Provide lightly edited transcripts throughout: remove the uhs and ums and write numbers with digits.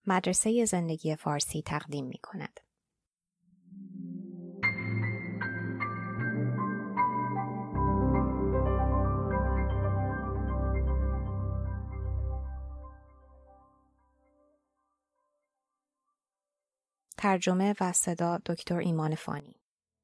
مدرسه زندگی فارسی تقدیم می کند. ترجمه و صدا دکتر ایمان فانی.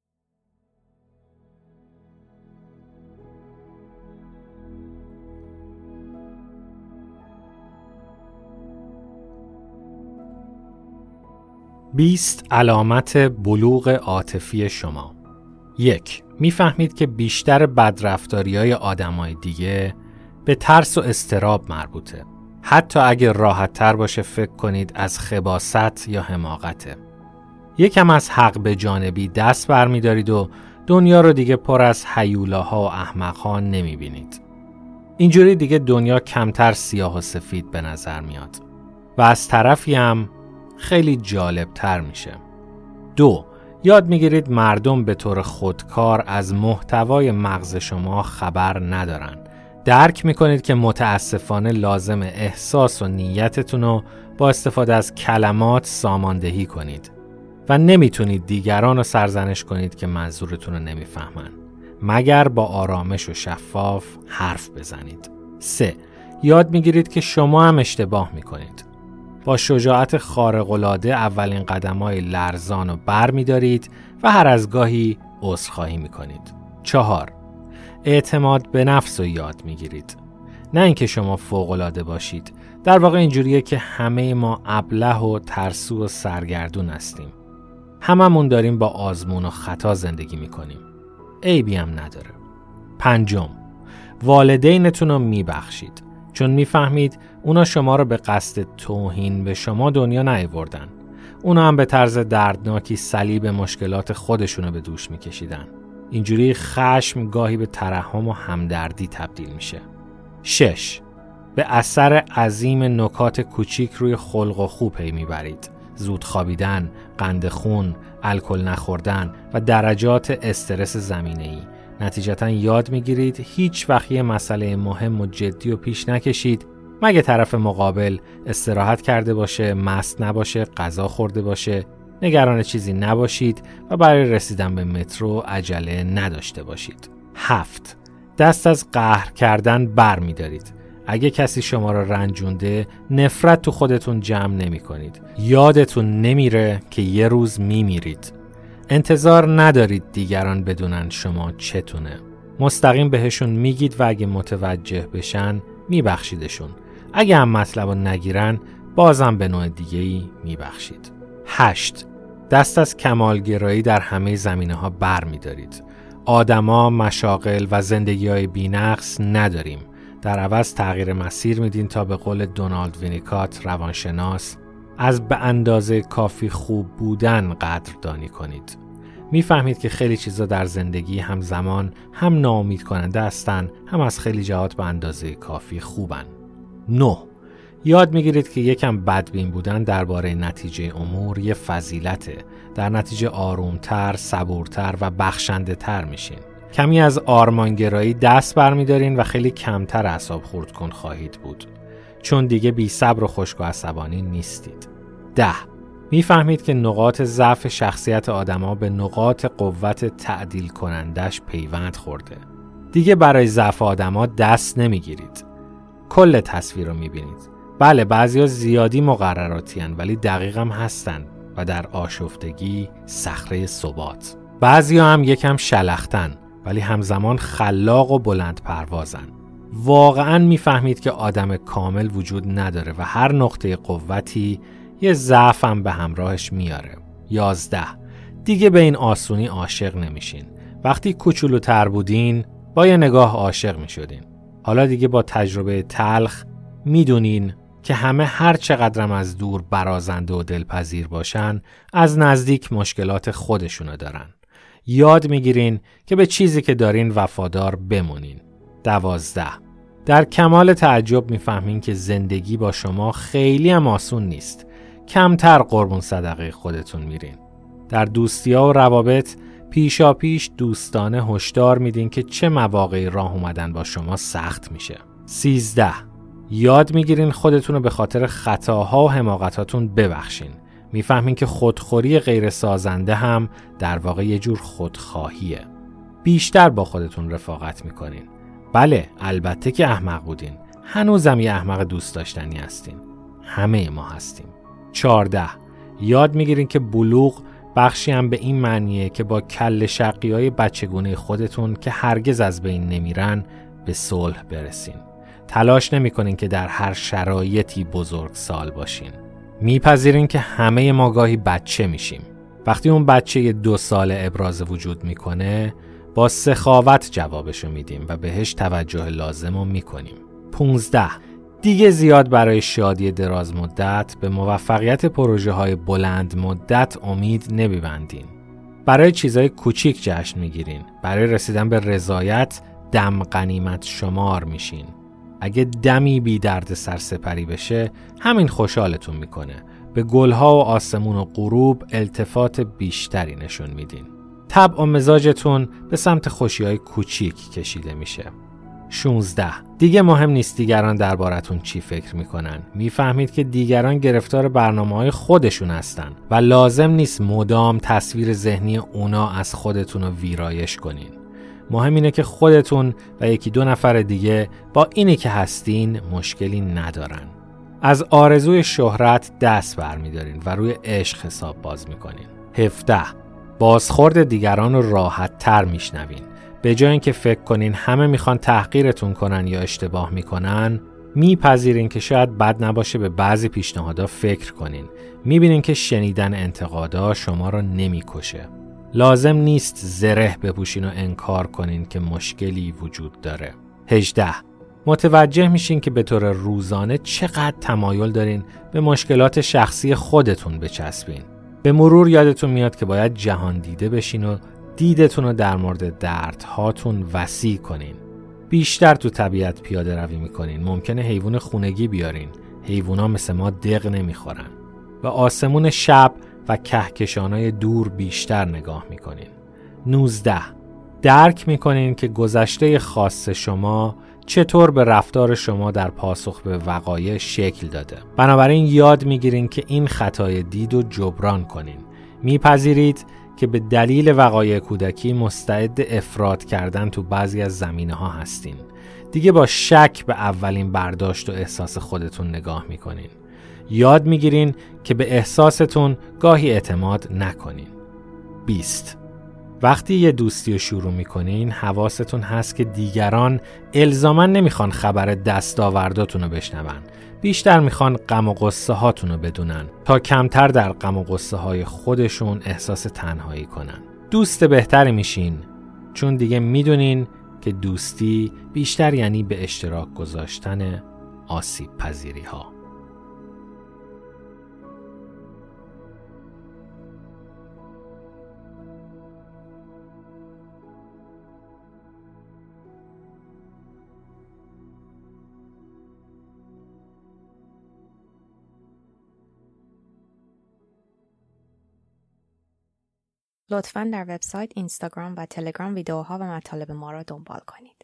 بیست علامت بلوغ عاطفی شما. 1. میفهمید که بیشتر بدرفتاری‌های آدمای دیگه به ترس و اضطراب مربوطه. حتی اگه راحت تر باشه فکر کنید از خباثت یا حماقته. یکم از حق به جانبی دست برمی‌دارید و دنیا رو دیگه پر از هیولاها و احمق‌ها نمی‌بینید. اینجوری دیگه دنیا کمتر سیاه و سفید به نظر میاد و از طرفی هم خیلی جالب تر میشه. 2. یاد میگیرید مردم به طور خودکار از محتوای مغز شما خبر ندارن. درک میکنید که متاسفانه لازم احساس و نیتتون رو با استفاده از کلمات ساماندهی کنید و نمیتونید دیگران رو سرزنش کنید که منظورتون رو نمیفهمن مگر با آرامش و شفاف حرف بزنید. 3. یاد میگیرید که شما هم اشتباه میکنید. با شجاعت خارق‌العاده اولین قدم‌های لرزان رو برمی‌دارید و هر از گاهی عذرخواهی می‌کنید. 4. اعتماد به نفس رو یاد می‌گیرید. نه اینکه شما فوق‌العاده باشید. در واقع اینجوریه که همه ما ابله و ترسو و سرگردون هستیم. هممون داریم با آزمون و خطا زندگی می‌کنیم. عیبی هم نداره. 5. والدینتون رو می‌بخشید. چون میفهمید اونا شما رو به قصد توهین به شما دنیا نیاوردن. اونا هم به طرز دردناکی صلیب مشکلات خودشونو به دوش میکشیدن. اینجوری خشم گاهی به ترحم و همدردی تبدیل میشه. 6. به اثر عظیم نکات کوچیک روی خلق و خو پی میبرید. زود خوابیدن، قند خون، الکل نخوردن و درجات استرس زمینه‌ای. نتیجتاً یاد میگیرید هیچ وقت یه مسئله مهم و جدی و پیش نکشید مگه طرف مقابل استراحت کرده باشه، مست نباشه، غذا خورده باشه، نگران چیزی نباشید و برای رسیدن به مترو عجله نداشته باشید. 7. دست از قهر کردن بر می‌دارید. اگه کسی شما رو رنجونده، نفرت تو خودتون جمع نمی کنید. یادتون نمیره که یه روز میمیرید. انتظار ندارید دیگران بدونن شما چتونه. مستقیم بهشون میگید و اگه متوجه بشن میبخشیدشون. اگه هم مطلب رو نگیرن بازم به نوع دیگه‌ای میبخشید. 8. دست از کمالگرایی در همه زمینه‌ها بر میدارید. آدما، مشاغل و زندگی‌های بی‌نقص نداریم. در عوض تغییر مسیر میدین تا به قول دونالد وینیکات روانشناس از به اندازه کافی خوب بودن قدردانی کنید. میفهمید که خیلی چیزا در زندگی همزمان هم ناامید کننده هستن، هم از خیلی جهات به اندازه کافی خوبن. 9. یاد میگیرید که یکم بدبین بودن درباره نتیجه امور یه فضیلته. در نتیجه آرومتر، صبورتر و بخشنده تر میشین. کمی از آرمانگرایی دست برمیدارین و خیلی کمتر اعصاب خورد کن خواهید بود. چون دیگه بی صبر و خشک و عصبانی نیستید. 10. میفهمید که نقاط ضعف شخصیت آدما به نقاط قوت تعدیل کنندش پیوند خورده. دیگه برای ضعف آدما دست نمیگیرید. کل تصویر رو میبینید. بله بعضیا زیادی مقرراتی هن ولی دقیق هم هستن و در آشفتگی صخره ثبات. بعضیا هم یکم شلختن ولی همزمان خلاق و بلند پروازن. واقعاً میفهمید که آدم کامل وجود نداره و هر نقطه قوتی یه ضعف هم به همراهش میاره. 11. دیگه به این آسونی عاشق نمیشین. وقتی کوچولوتر بودین با یه نگاه عاشق میشدین. حالا دیگه با تجربه تلخ میدونین که همه هر چقدرم از دور برازنده و دلپذیر باشن از نزدیک مشکلات خودشونو دارن. یاد میگیرین که به چیزی که دارین وفادار بمونین. 12. در کمال تعجب میفهمین که زندگی با شما خیلی هم آسون نیست. کمتر قربون صدقه خودتون میرین. در دوستی‌ها و روابط پیشا پیش دوستانه هشدار میدین که چه مواقعی راه اومدن با شما سخت میشه. 13. یاد میگیرین خودتون رو به خاطر خطاها و حماقتاتون ببخشین. میفهمین که خودخوری غیر سازنده هم در واقع یه جور خودخواهیه. بیشتر با خودتون رفاقت میکنین. بله، البته که احمق بودین. هنوزم یه احمق دوست داشتنی هستین. همه ما هستیم. 14. یاد میگیرین که بلوغ بخشی هم به این معنیه که با کله شقی‌های بچگونه خودتون که هرگز از بین نمیرن به صلح برسین. تلاش نمی‌کنین که در هر شرایطی بزرگسال باشین. میپذیرین که همه ما گاهی بچه میشیم. وقتی اون بچه 2 ساله ابراز وجود میکنه، با سخاوت جوابشو میدیم و بهش توجه لازمو میکنیم. 15. دیگه زیاد برای شادی دراز مدت به موفقیت پروژه های بلند مدت امید نمیبندین. برای چیزای کوچیک جشن میگیرین. برای رسیدن به رضایت دم غنیمت شمار میشین. اگه دمی بی درد سرسپری بشه، همین خوشحالتون میکنه. به گلها و آسمون و غروب التفات بیشتری نشون میدین. طبع و مزاجتون به سمت خوشی‌های کوچیک کشیده میشه. 16. دیگه مهم نیست دیگران دربارتون چی فکر میکنن. میفهمید که دیگران گرفتار برنامه‌های خودشون هستن و لازم نیست مدام تصویر ذهنی اونا از خودتون رو ویرایش کنین. مهم اینه که خودتون و 1-2 نفر دیگه با اینی که هستین مشکلی ندارن. از آرزوی شهرت دست برمیدارین و روی عشق حساب باز میکنین. 17. بازخورد دیگران رو راحت تر میشنوین. به جای اینکه فکر کنین همه میخوان تحقیرتون کنن یا اشتباه میکنن، میپذیرین که شاید بد نباشه به بعضی پیشنهادها فکر کنین. میبینین که شنیدن انتقادا شما رو نمیکشه. لازم نیست زره بپوشین و انکار کنین که مشکلی وجود داره. 18. متوجه میشین که به طور روزانه چقدر تمایل دارین به مشکلات شخصی خودتون بچسبین. به مرور یادتون میاد که باید جهان دیده بشین و دیدتون رو در مورد دردهاتون وسیع کنین. بیشتر تو طبیعت پیاده روی میکنین. ممکنه حیوان خونگی بیارین. حیوونا مثل ما دق نمیخورن. و آسمون شب و کهکشانای دور بیشتر نگاه میکنین. 19. درک میکنین که گذشته خاص شما چطور به رفتار شما در پاسخ به وقایع شکل داده. بنابراین یاد میگیرین که این خطای دید رو جبران کنین. میپذیرید که به دلیل وقایع کودکی مستعد افراط کردن تو بعضی از زمینه‌ها هستین. دیگه با شک به اولین برداشت و احساس خودتون نگاه میکنین. یاد میگیرین که به احساستون گاهی اعتماد نکنین. 20. وقتی یه دوستی رو شروع میکنین، حواستون هست که دیگران الزاماً نمیخوان خبر دستاورداتون رو بشنون. بیشتر میخوان غم و غصه هاتون رو بدونن تا کمتر در غم و غصه های خودشون احساس تنهایی کنن. دوست بهتری میشین چون دیگه میدونین که دوستی بیشتر یعنی به اشتراک گذاشتن آسیب پذیری ها. لطفاً در وبسایت، اینستاگرام و تلگرام ویدیوها و مطالب ما را دنبال کنید.